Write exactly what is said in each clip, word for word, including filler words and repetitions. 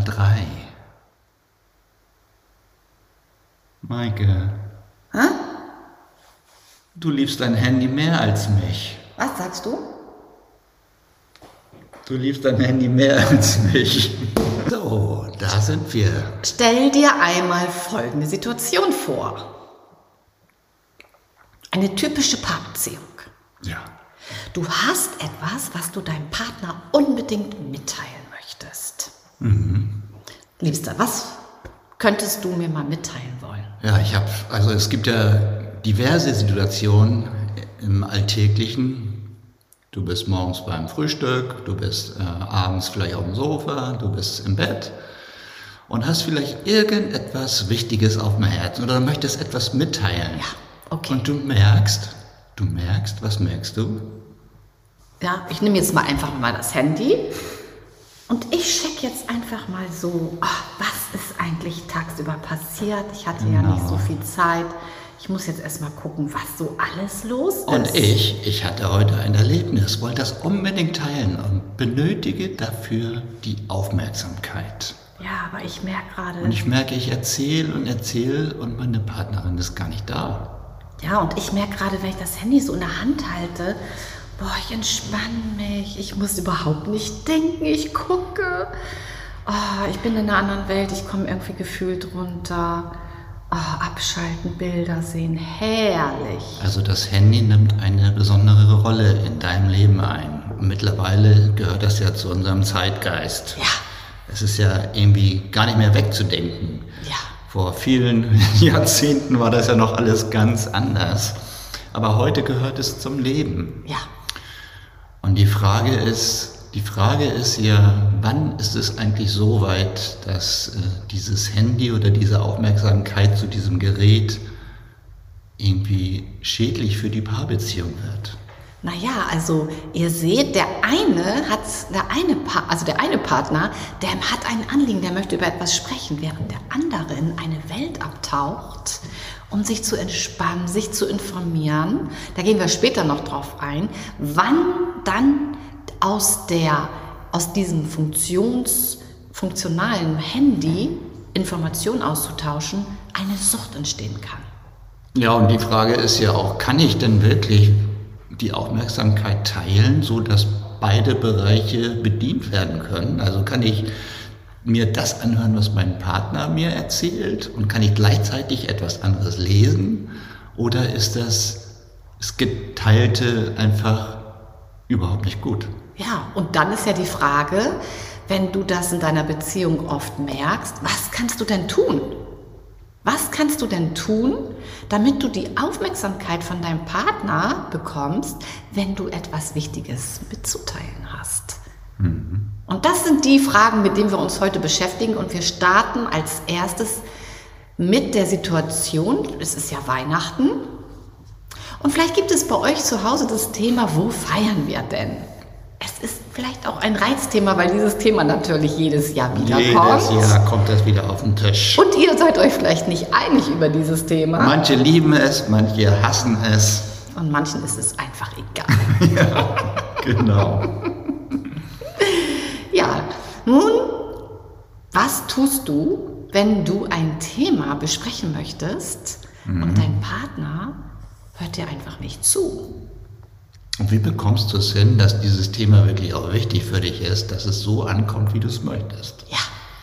drei. Maike. Hä? Du liebst dein Handy mehr als mich. Was sagst du? Du liebst dein Handy mehr als mich. So, da sind wir. Stell dir einmal folgende Situation vor. Eine typische Paarbeziehung. Ja. Du hast etwas, was du deinem Partner unbedingt mitteilen möchtest. Mhm. Liebster, was könntest du mir mal mitteilen wollen? Ja, ich habe, also es gibt ja diverse Situationen im Alltäglichen. Du bist morgens beim Frühstück, du bist äh, abends vielleicht auf dem Sofa, du bist im Bett und hast vielleicht irgendetwas Wichtiges auf dem Herzen oder möchtest etwas mitteilen. Ja, okay. Und du merkst, du merkst, was merkst du? Ja, ich nehme jetzt mal einfach mal das Handy und ich check jetzt einfach mal so, ach, was ist eigentlich tagsüber passiert? Ich hatte Genau. ja nicht so viel Zeit. Ich muss jetzt erstmal gucken, was so alles los ist. Und ich, ich hatte heute ein Erlebnis, wollte das unbedingt teilen und benötige dafür die Aufmerksamkeit. Ja, aber ich merke gerade... Und ich merke, ich erzähle und erzähle und meine Partnerin ist gar nicht da. Ja, und ich merke gerade, wenn ich das Handy so in der Hand halte, boah, ich entspanne mich, ich muss überhaupt nicht denken, ich gucke. Oh, ich bin in einer anderen Welt, ich komme irgendwie gefühlt runter. Oh, abschalten, Bilder sehen, herrlich. Also das Handy nimmt eine besondere Rolle in deinem Leben ein. Und mittlerweile gehört das ja zu unserem Zeitgeist. Ja. Es ist ja irgendwie gar nicht mehr wegzudenken. Ja. Vor vielen Jahrzehnten war das ja noch alles ganz anders. Aber heute gehört es zum Leben. Ja. Und die Frage ist, die Frage ist ja, wann ist es eigentlich so weit, dass äh, dieses Handy oder diese Aufmerksamkeit zu diesem Gerät irgendwie schädlich für die Paarbeziehung wird? Naja, also ihr seht, der eine hat, der eine pa also der eine Partner, der hat ein Anliegen, der möchte über etwas sprechen, während der andere in eine Welt abtaucht, um sich zu entspannen, sich zu informieren. Da gehen wir später noch drauf ein, wann dann aus der, aus diesem Funktions, funktionalen Handy Informationen auszutauschen, eine Sucht entstehen kann. Ja, und die Frage ist ja auch, kann ich denn wirklich die Aufmerksamkeit teilen, so dass beide Bereiche bedient werden können? Also kann ich mir das anhören, was mein Partner mir erzählt und kann ich gleichzeitig etwas anderes lesen? Oder ist das, das Geteilte einfach überhaupt nicht gut? Ja, und dann ist ja die Frage, wenn du das in deiner Beziehung oft merkst, was kannst du denn tun? Was kannst du denn tun, damit du die Aufmerksamkeit von deinem Partner bekommst, wenn du etwas Wichtiges mitzuteilen hast? Mhm. Und das sind die Fragen, mit denen wir uns heute beschäftigen. Und wir starten als erstes mit der Situation, es ist ja Weihnachten. Und vielleicht gibt es bei euch zu Hause das Thema, wo feiern wir denn? Es ist vielleicht auch ein Reizthema, weil dieses Thema natürlich jedes Jahr wiederkommt. Jedes Jahr kommt das wieder auf den Tisch. Und ihr seid euch vielleicht nicht einig über dieses Thema. Manche lieben es, manche hassen es. Und manchen ist es einfach egal. Ja, genau. Ja, nun, was tust du, wenn du ein Thema besprechen möchtest mhm. und dein Partner hört dir einfach nicht zu? Und wie bekommst du es hin, dass dieses Thema wirklich auch wichtig für dich ist, dass es so ankommt, wie du es möchtest? Ja.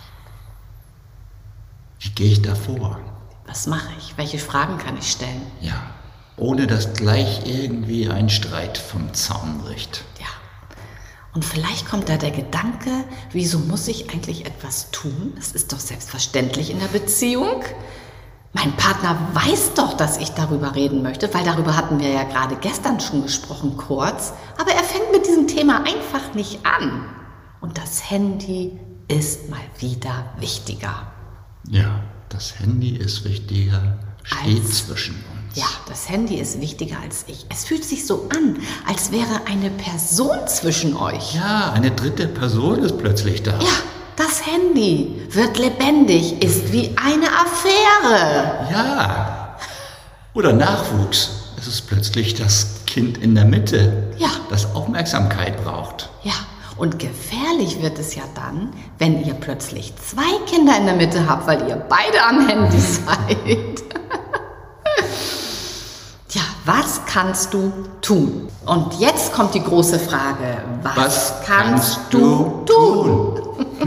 Wie gehe ich da vor? Was mache ich? Welche Fragen kann ich stellen? Ja, ohne dass gleich irgendwie ein Streit vom Zaun bricht. Ja. Und vielleicht kommt da der Gedanke, wieso muss ich eigentlich etwas tun? Das ist doch selbstverständlich in der Beziehung. Mein Partner weiß doch, dass ich darüber reden möchte, weil darüber hatten wir ja gerade gestern schon gesprochen, kurz. Aber er fängt mit diesem Thema einfach nicht an. Und das Handy ist mal wieder wichtiger. Ja, das Handy ist wichtiger, steht Als, zwischen uns. Ja, das Handy ist wichtiger als ich. Es fühlt sich so an, als wäre eine Person zwischen euch. Ja, eine dritte Person ist plötzlich da. Ja. Das Handy wird lebendig, ist wie eine Affäre. Ja. Oder Nachwuchs. Es ist plötzlich das Kind in der Mitte, ja. das Aufmerksamkeit braucht. Ja. Und gefährlich wird es ja dann, wenn ihr plötzlich zwei Kinder in der Mitte habt, weil ihr beide am Handy seid. Ja, was kannst du tun? Und jetzt kommt die große Frage, was, was kannst, kannst du tun?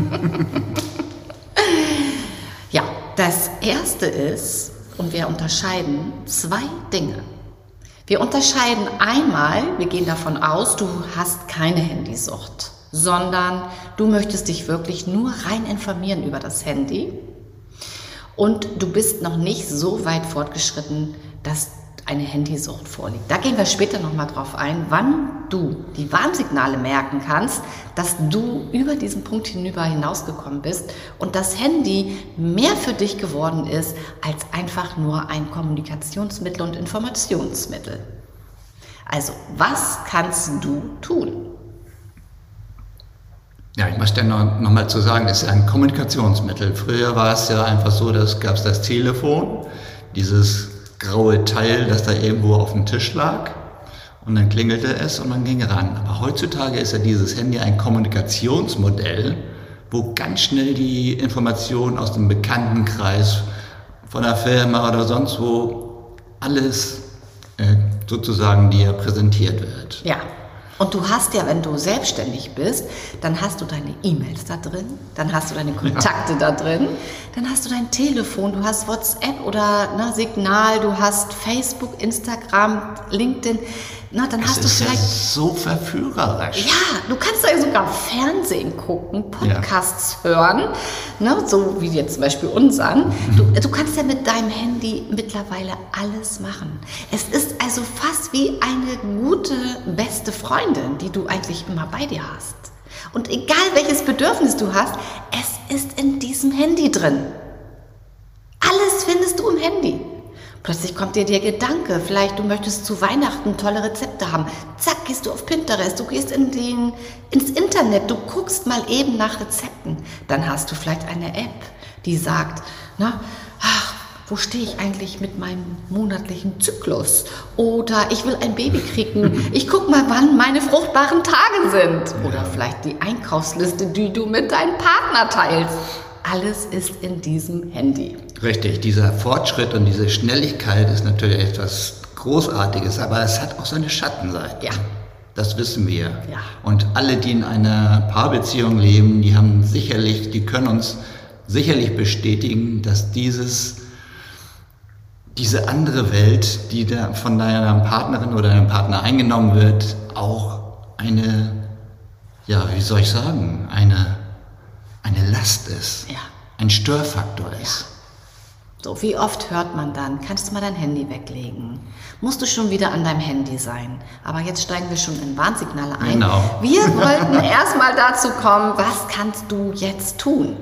Ja, das Erste ist, und wir unterscheiden zwei Dinge. Wir unterscheiden einmal, wir gehen davon aus, du hast keine Handysucht, sondern du möchtest dich wirklich nur rein informieren über das Handy und du bist noch nicht so weit fortgeschritten, dass eine Handysucht vorliegt. Da gehen wir später nochmal drauf ein, wann du die Warnsignale merken kannst, dass du über diesen Punkt hinüber hinausgekommen bist und das Handy mehr für dich geworden ist als einfach nur ein Kommunikationsmittel und Informationsmittel. Also, was kannst du tun? Ja, ich möchte noch, noch mal zu sagen, es ist ein Kommunikationsmittel. Früher war es ja einfach so, dass gab es das Telefon, dieses graue Teil, das da irgendwo auf dem Tisch lag und dann klingelte es und man ging ran. Aber heutzutage ist ja dieses Handy ein Kommunikationsmodell, wo ganz schnell die Information aus dem Bekanntenkreis von der Firma oder sonst wo alles äh, sozusagen dir präsentiert wird. Ja. Und du hast ja, wenn du selbstständig bist, dann hast du deine E-Mails da drin, dann hast du deine Kontakte ja. da drin, dann hast du dein Telefon, du hast WhatsApp oder ne, Signal, du hast Facebook, Instagram, LinkedIn. Na, dann das hast du ist vielleicht ja so verführerisch. Ja, du kannst ja sogar Fernsehen gucken, Podcasts ja. hören, ne, so wie jetzt zum Beispiel unseren. Du, du kannst ja mit deinem Handy mittlerweile alles machen. Es ist also fast wie eine gute, beste Freundin, die du eigentlich immer bei dir hast. Und egal welches Bedürfnis du hast, es ist in diesem Handy drin. Alles findest du im Handy. Plötzlich kommt dir der Gedanke, vielleicht du möchtest zu Weihnachten tolle Rezepte haben. Zack, gehst du auf Pinterest, du gehst in den, ins Internet, du guckst mal eben nach Rezepten. Dann hast du vielleicht eine App, die sagt, na, ach, wo stehe ich eigentlich mit meinem monatlichen Zyklus? Oder ich will ein Baby kriegen, ich guck mal, wann meine fruchtbaren Tage sind. Oder vielleicht die Einkaufsliste, die du mit deinem Partner teilst. Alles ist in diesem Handy. Richtig, dieser Fortschritt und diese Schnelligkeit ist natürlich etwas Großartiges, aber es hat auch seine Schattenseite. Ja. Das wissen wir. Ja. Und alle, die in einer Paarbeziehung leben, die haben sicherlich, die können uns sicherlich bestätigen, dass dieses, diese andere Welt, die da von deiner Partnerin oder deinem Partner eingenommen wird, auch eine, ja, wie soll ich sagen, eine eine Last ist, ja. ein Störfaktor ist. Ja. So, wie oft hört man dann, kannst du mal dein Handy weglegen? Musst du schon wieder an deinem Handy sein? Aber jetzt steigen wir schon in Warnsignale ein. Genau. Wir wollten erstmal dazu kommen, was kannst du jetzt tun?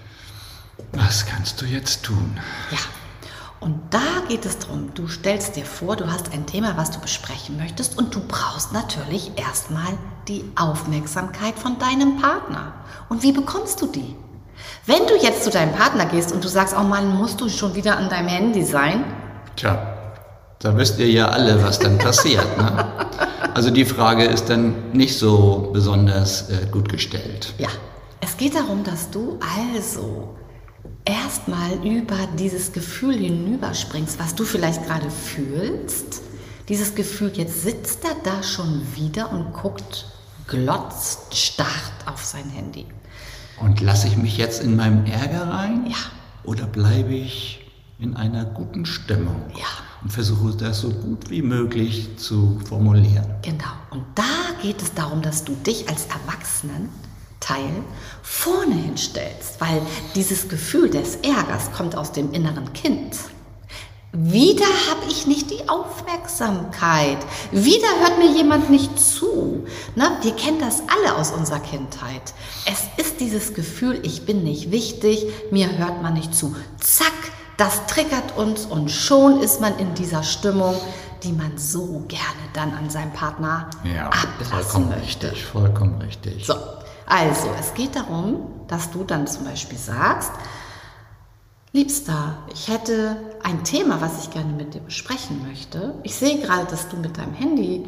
Was kannst du jetzt tun? Ja. Und da geht es darum, du stellst dir vor, du hast ein Thema, was du besprechen möchtest und du brauchst natürlich erstmal die Aufmerksamkeit von deinem Partner. Und wie bekommst du die? Wenn du jetzt zu deinem Partner gehst und du sagst, oh Mann, musst du schon wieder an deinem Handy sein? Tja, da wisst ihr ja alle, was dann passiert. Ne? Also die Frage ist dann nicht so besonders äh, gut gestellt. Ja, es geht darum, dass du also erstmal über dieses Gefühl hinüberspringst, was du vielleicht gerade fühlst. Dieses Gefühl, jetzt sitzt er da schon wieder und guckt, glotzt, starrt auf sein Handy. Und lasse ich mich jetzt in meinem Ärger rein? Ja. Oder bleibe ich in einer guten Stimmung? Ja. Und versuche das so gut wie möglich zu formulieren. Genau. Und da geht es darum, dass du dich als Erwachsenen Teil vorne hinstellst, weil dieses Gefühl des Ärgers kommt aus dem inneren Kind. Wieder habe ich nicht die Aufmerksamkeit. Wieder hört mir jemand nicht zu. Na, wir kennen das alle aus unserer Kindheit. Es ist dieses Gefühl, ich bin nicht wichtig, mir hört man nicht zu. Zack, das triggert uns und schon ist man in dieser Stimmung, die man so gerne dann an seinem Partner ja, ablassen vollkommen möchte. Richtig, vollkommen richtig. So. Also, es geht darum, dass du dann zum Beispiel sagst, Liebster, ich hätte ein Thema, was ich gerne mit dir besprechen möchte. Ich sehe gerade, dass du mit deinem Handy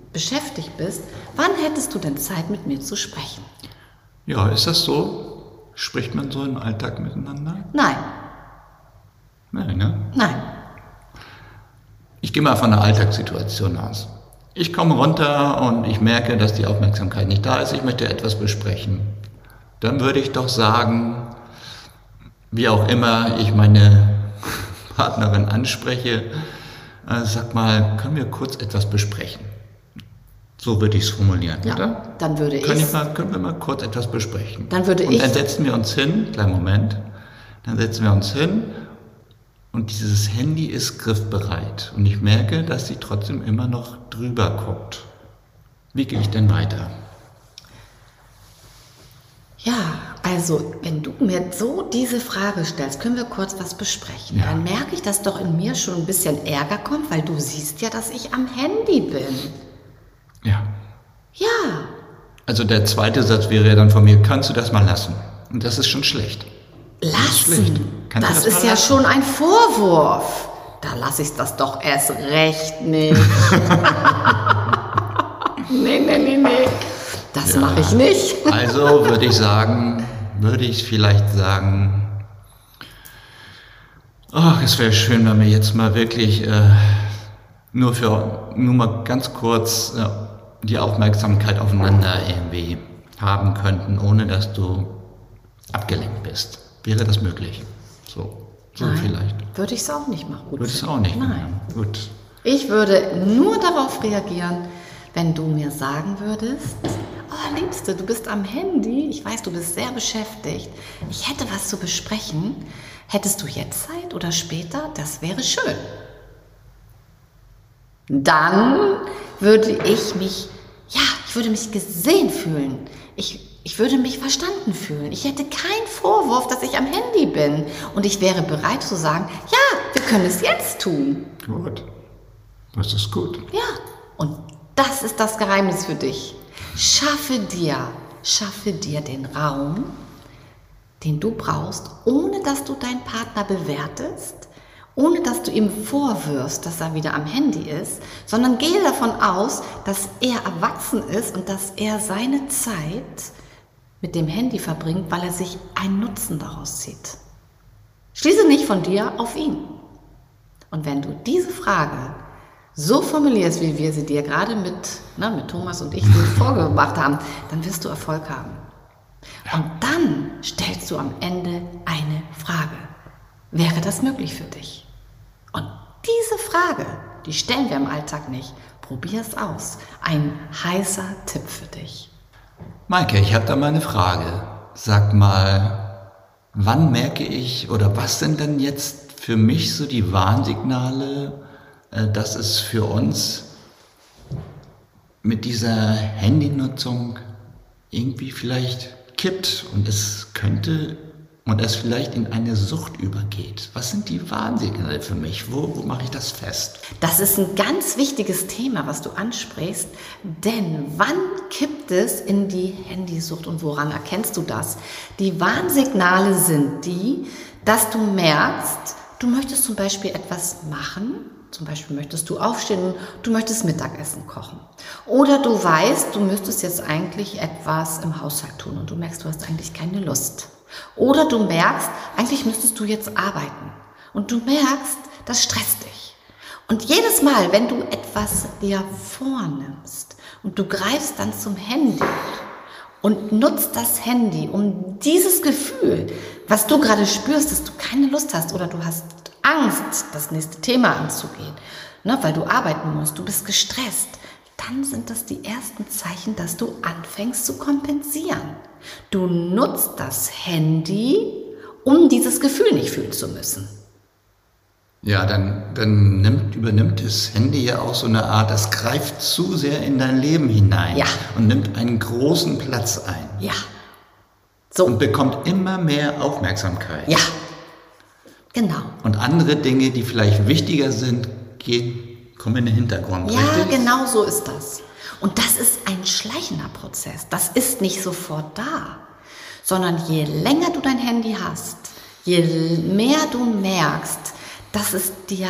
beschäftigt bist, wann hättest du denn Zeit, mit mir zu sprechen? Ja, ist das so? Spricht man so im Alltag miteinander? Nein. Nein, ne? Nein. Ich gehe mal von einer Alltagssituation aus. Ich komme runter und ich merke, dass die Aufmerksamkeit nicht da ist. Ich möchte etwas besprechen. Dann würde ich doch sagen, wie auch immer ich meine Partnerin anspreche, äh, sag mal, können wir kurz etwas besprechen? So würde ich es formulieren, Ja, oder? dann würde Können, ich- ich mal, können wir mal kurz etwas besprechen? Dann würde und ich- dann setzen wir uns hin, kleinen Moment, dann setzen wir uns hin und dieses Handy ist griffbereit. Und ich merke, dass sie trotzdem immer noch drüber guckt. Wie gehe ich denn weiter? Ja, also wenn du mir so diese Frage stellst, können wir kurz was besprechen. Ja. Dann merke ich, dass doch in mir schon ein bisschen Ärger kommt, weil du siehst ja, dass ich am Handy bin. Ja. Ja, Also der zweite Satz wäre ja dann von mir, kannst du das mal lassen? Und das ist schon schlecht. ist schlecht. lassen. Kannst du Das das ist mal ja lassen? schon ein Vorwurf. Da lasse ich das doch erst recht nicht. nee, nee, nee, nee. Das Ja. mache ich nicht. Also würde ich sagen, würde ich vielleicht sagen, ach, es wäre schön, wenn wir jetzt mal wirklich äh, nur für, nur mal ganz kurz äh, die Aufmerksamkeit aufeinander irgendwie haben könnten, ohne dass du abgelenkt bist. Wäre das möglich? So, so Nein, vielleicht. würde ich es auch nicht machen. Gut Würdest du finden. auch nicht Nein. machen. Gut. Ich würde nur darauf reagieren, wenn du mir sagen würdest, oh Liebste, du bist am Handy, ich weiß, du bist sehr beschäftigt, ich hätte was zu besprechen, hättest du jetzt Zeit oder später? Das wäre schön. Dann würde ich mich, ja, ich würde mich gesehen fühlen. Ich, ich würde mich verstanden fühlen. Ich hätte keinen Vorwurf, dass ich am Handy bin. Und ich wäre bereit zu sagen, ja, wir können es jetzt tun. Gut. Das ist gut. Ja, und das ist das Geheimnis für dich. Schaffe dir, schaffe dir den Raum, den du brauchst, ohne dass du deinen Partner bewertest, ohne dass du ihm vorwirfst, dass er wieder am Handy ist, sondern gehe davon aus, dass er erwachsen ist und dass er seine Zeit mit dem Handy verbringt, weil er sich einen Nutzen daraus zieht. Schließe nicht von dir auf ihn. Und wenn du diese Frage so formulierst, wie wir sie dir gerade mit, na, mit Thomas und ich vorgemacht haben, dann wirst du Erfolg haben. Und dann stellst du am Ende eine Frage. Wäre das möglich für dich? Und diese Frage, die stellen wir im Alltag nicht. Probier es aus. Ein heißer Tipp für dich. Maike, ich habe da mal eine Frage. Sag mal, wann merke ich oder was sind denn jetzt für mich so die Warnsignale, äh, dass es für uns mit dieser Handynutzung irgendwie vielleicht kippt und es könnte und es vielleicht in eine Sucht übergeht? Was sind die Warnsignale für mich? Wo, wo mache ich das fest? Das ist ein ganz wichtiges Thema, was du ansprichst, denn wann kippt es in die Handysucht und woran erkennst du das? Die Warnsignale sind die, dass du merkst, du möchtest zum Beispiel etwas machen, zum Beispiel möchtest du aufstehen, du möchtest Mittagessen kochen. Oder du weißt, du müsstest jetzt eigentlich etwas im Haushalt tun und du merkst, du hast eigentlich keine Lust. Oder du merkst, eigentlich müsstest du jetzt arbeiten und du merkst, das stresst dich. Und jedes Mal, wenn du etwas dir vornimmst und du greifst dann zum Handy und nutzt das Handy, um dieses Gefühl, was du gerade spürst, dass du keine Lust hast oder du hast Angst, das nächste Thema anzugehen, ne, weil du arbeiten musst, du bist gestresst, dann sind das die ersten Zeichen, dass du anfängst zu kompensieren. Du nutzt das Handy, um dieses Gefühl nicht fühlen zu müssen. Ja, dann, dann nimmt, übernimmt das Handy ja auch so eine Art, das greift zu sehr in dein Leben hinein Ja. und nimmt einen großen Platz ein Ja, so, und bekommt immer mehr Aufmerksamkeit. ja, genau. Und andere Dinge, die vielleicht wichtiger sind, gehen, kommen in den Hintergrund. Ja, richtig? genau so ist das. Und das ist ein schleichender Prozess. Das ist nicht sofort da, sondern je länger du dein Handy hast, je mehr du merkst, dass es dir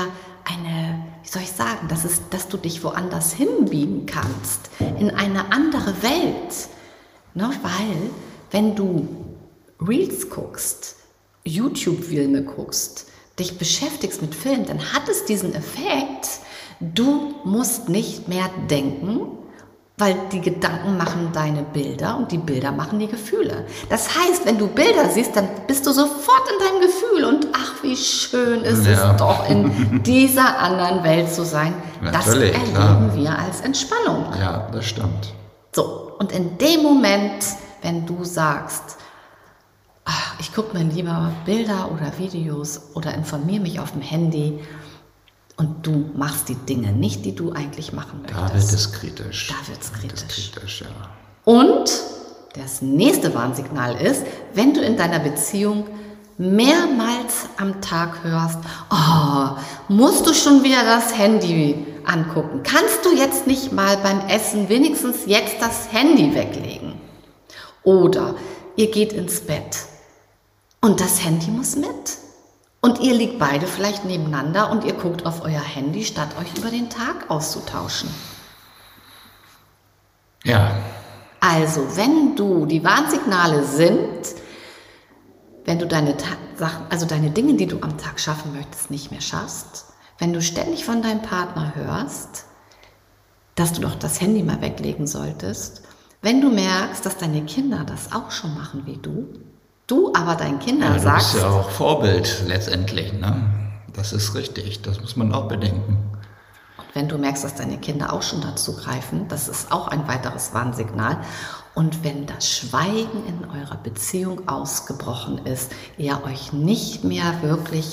eine, wie soll ich sagen, das ist, dass du dich woanders hinbiegen kannst, in eine andere Welt. Ne? Weil, wenn du Reels guckst, YouTube-Filme guckst, dich beschäftigst mit Filmen, dann hat es diesen Effekt, du musst nicht mehr denken, weil die Gedanken machen deine Bilder und die Bilder machen die Gefühle. Das heißt, wenn du Bilder siehst, dann bist du sofort in deinem Gefühl und ach, wie schön ist ja. es doch, in dieser anderen Welt zu sein. Natürlich, das erleben klar. wir als Entspannung. Ja, das stimmt. So, und in dem Moment, wenn du sagst, ach, ich gucke mir lieber Bilder oder Videos oder informiere mich auf dem Handy, und du machst die Dinge nicht, die du eigentlich machen möchtest. Da wird es kritisch. Da wird es kritisch. kritisch, ja. Und das nächste Warnsignal ist, wenn du in deiner Beziehung mehrmals am Tag hörst, oh, musst du schon wieder das Handy angucken? Kannst du jetzt nicht mal beim Essen wenigstens jetzt das Handy weglegen? Oder ihr geht ins Bett und das Handy muss mit. Und ihr liegt beide vielleicht nebeneinander und ihr guckt auf euer Handy, statt euch über den Tag auszutauschen. Ja. Also, wenn du, die Warnsignale sind, wenn du deine Ta- Sachen, also deine Dinge, die du am Tag schaffen möchtest, nicht mehr schaffst, wenn du ständig von deinem Partner hörst, dass du doch das Handy mal weglegen solltest, wenn du merkst, dass deine Kinder das auch schon machen wie du, du aber deinen Kindern ja, du sagst... Du bist ja auch Vorbild letztendlich, ne? Das ist richtig, das muss man auch bedenken. Und wenn du merkst, dass deine Kinder auch schon dazu greifen, das ist auch ein weiteres Warnsignal. Und wenn das Schweigen in eurer Beziehung ausgebrochen ist, ihr euch nicht mehr wirklich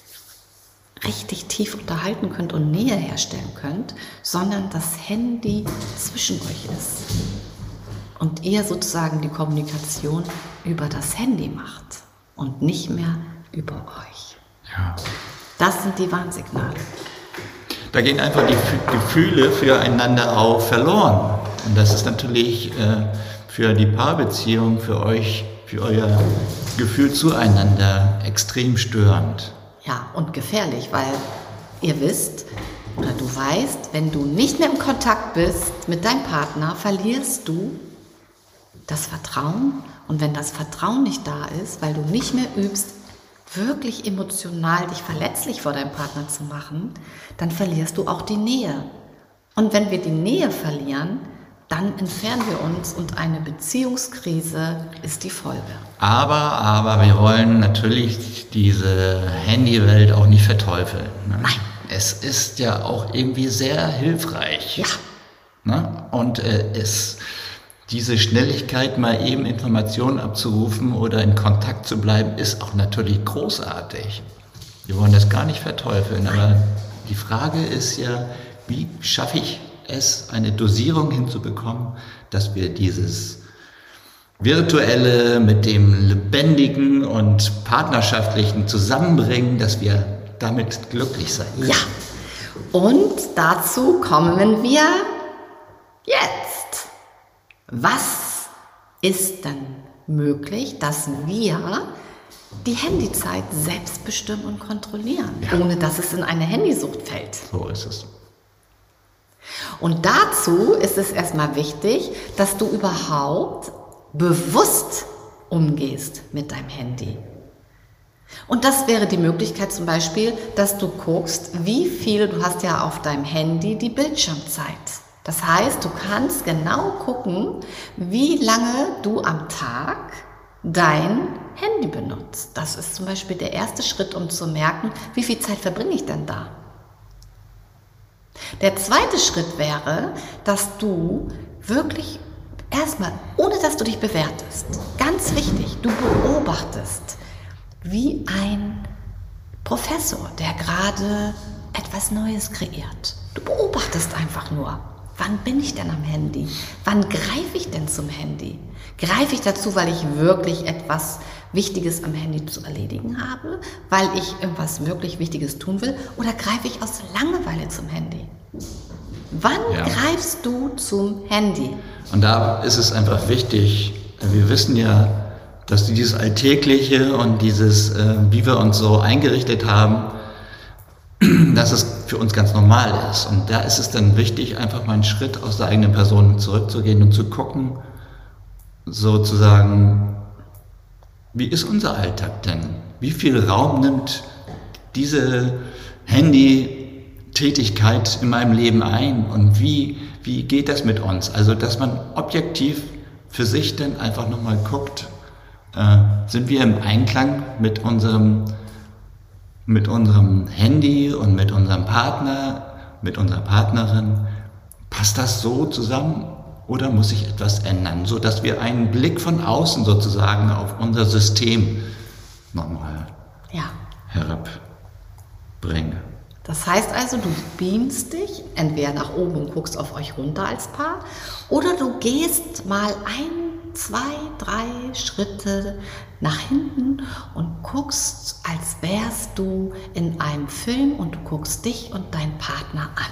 richtig tief unterhalten könnt und Nähe herstellen könnt, sondern das Handy zwischen euch ist. Und ihr sozusagen die Kommunikation über das Handy macht und nicht mehr über euch. Ja. Das sind die Warnsignale. Da gehen einfach die F- Gefühle füreinander auch verloren. Und das ist natürlich äh, für die Paarbeziehung, für euch, für euer Gefühl zueinander extrem störend. Ja, und gefährlich, weil ihr wisst oder du weißt, wenn du nicht mehr im Kontakt bist mit deinem Partner, verlierst du das Vertrauen. Und wenn das Vertrauen nicht da ist, weil du nicht mehr übst, wirklich emotional dich verletzlich vor deinem Partner zu machen, dann verlierst du auch die Nähe. Und wenn wir die Nähe verlieren, dann entfernen wir uns und eine Beziehungskrise ist die Folge. Aber, aber wir wollen natürlich diese Handywelt auch nicht verteufeln. Ne? Nein. Es ist ja auch irgendwie sehr hilfreich. Ja. Ne? Und äh, es... Diese Schnelligkeit, mal eben Informationen abzurufen oder in Kontakt zu bleiben, ist auch natürlich großartig. Wir wollen das gar nicht verteufeln, aber die Frage ist ja, wie schaffe ich es, eine Dosierung hinzubekommen, dass wir dieses Virtuelle mit dem Lebendigen und Partnerschaftlichen zusammenbringen, dass wir damit glücklich sein können. Ja, und dazu kommen wir jetzt. Was ist dann möglich, dass wir die Handyzeit selbst bestimmen und kontrollieren, ja. ohne dass es in eine Handysucht fällt? So ist es. Und dazu ist es erstmal wichtig, dass du überhaupt bewusst umgehst mit deinem Handy. Und das wäre die Möglichkeit zum Beispiel, dass du guckst, wie viel, du hast ja auf deinem Handy die Bildschirmzeit. Das heißt, du kannst genau gucken, wie lange du am Tag dein Handy benutzt. Das ist zum Beispiel der erste Schritt, um zu merken, wie viel Zeit verbringe ich denn da. Der zweite Schritt wäre, dass du wirklich erstmal, ohne dass du dich bewertest, ganz wichtig, du beobachtest, wie ein Professor, der gerade etwas Neues kreiert. Du beobachtest einfach nur. Wann bin ich denn am Handy? Wann greife ich denn zum Handy? Greife ich dazu, weil ich wirklich etwas Wichtiges am Handy zu erledigen habe? Weil ich irgendwas wirklich Wichtiges tun will? Oder greife ich aus Langeweile zum Handy? Wann ja. greifst du zum Handy? Und da ist es einfach wichtig, wir wissen ja, dass dieses Alltägliche und dieses, wie wir uns so eingerichtet haben, dass es für uns ganz normal ist. Und da ist es dann wichtig, einfach mal einen Schritt aus der eigenen Person zurückzugehen und zu gucken, sozusagen, wie ist unser Alltag denn? Wie viel Raum nimmt diese Handy-Tätigkeit in meinem Leben ein? Und wie, wie geht das mit uns? Also, dass man objektiv für sich dann einfach nochmal guckt, äh, sind wir im Einklang mit unserem, mit unserem Handy und mit unserem Partner, mit unserer Partnerin? Passt das so zusammen? Oder muss sich etwas ändern, sodass wir einen Blick von außen sozusagen auf unser System nochmal ja. herabbringen? Das heißt also, du beamst dich entweder nach oben und guckst auf euch runter als Paar oder du gehst mal ein, zwei, drei Schritte nach hinten und guckst, als wärst du in einem Film und du guckst dich und deinen Partner an.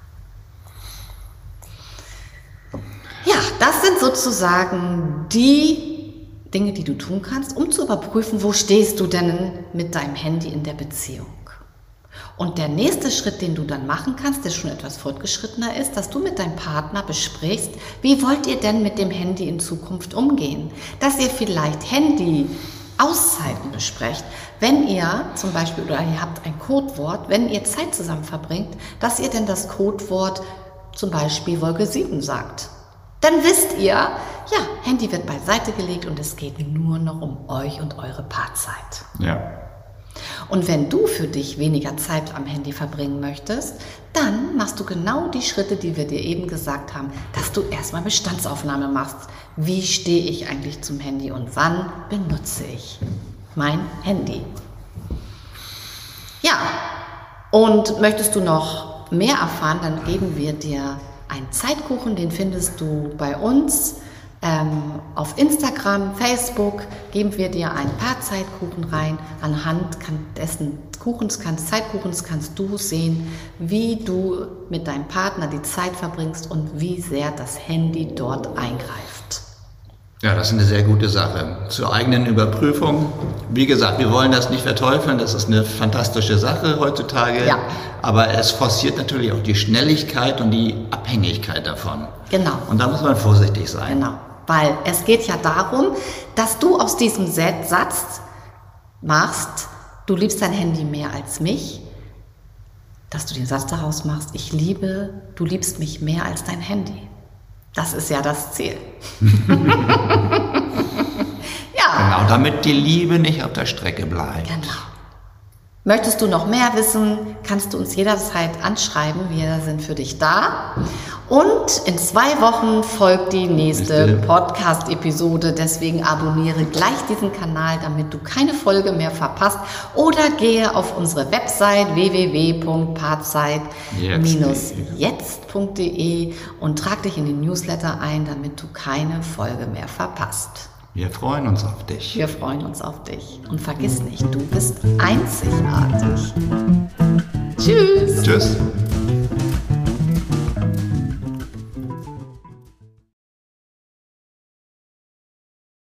Ja, das sind sozusagen die Dinge, die du tun kannst, um zu überprüfen, wo stehst du denn mit deinem Handy in der Beziehung. Und der nächste Schritt, den du dann machen kannst, der schon etwas fortgeschrittener ist, dass du mit deinem Partner besprichst, wie wollt ihr denn mit dem Handy in Zukunft umgehen? Dass ihr vielleicht Handy-Auszeiten besprecht. Wenn ihr zum Beispiel, oder ihr habt ein Codewort, wenn ihr Zeit zusammen verbringt, dass ihr denn das Codewort zum Beispiel Wolke sieben sagt. Dann wisst ihr, ja, Handy wird beiseite gelegt und es geht nur noch um euch und eure Paarzeit. Ja. Und wenn du für dich weniger Zeit am Handy verbringen möchtest, dann machst du genau die Schritte, die wir dir eben gesagt haben, dass du erstmal Bestandsaufnahme machst. Wie stehe ich eigentlich zum Handy und wann benutze ich mein Handy? Ja, und möchtest du noch mehr erfahren, dann geben wir dir einen Zeitkuchen, den findest du bei uns. Ähm, auf Instagram, Facebook geben wir dir ein paar Zeitkuchen rein. Anhand kann, dessen Kuchens kannst, Zeitkuchens kannst du sehen, wie du mit deinem Partner die Zeit verbringst und wie sehr das Handy dort eingreift. Ja, das ist eine sehr gute Sache. Zur eigenen Überprüfung. Wie gesagt, wir wollen das nicht verteufeln, das ist eine fantastische Sache heutzutage. Ja. Aber es forciert natürlich auch die Schnelligkeit und die Abhängigkeit davon. Genau. Und da muss man vorsichtig sein. Genau. Weil es geht ja darum, dass du aus diesem Satz machst, du liebst dein Handy mehr als mich, dass du den Satz daraus machst, ich liebe, du liebst mich mehr als dein Handy. Das ist ja das Ziel. Ja. Genau, damit die Liebe nicht auf der Strecke bleibt. Genau. Möchtest du noch mehr wissen, kannst du uns jederzeit anschreiben. Wir sind für dich da. Und in zwei Wochen folgt die nächste Podcast-Episode. Deswegen abonniere gleich diesen Kanal, damit du keine Folge mehr verpasst. Oder gehe auf unsere Website w w w punkt paarzeit jetzt punkt de und trag dich in den Newsletter ein, damit du keine Folge mehr verpasst. Wir freuen uns auf dich. Wir freuen uns auf dich. Und vergiss nicht, du bist einzigartig. Tschüss. Tschüss.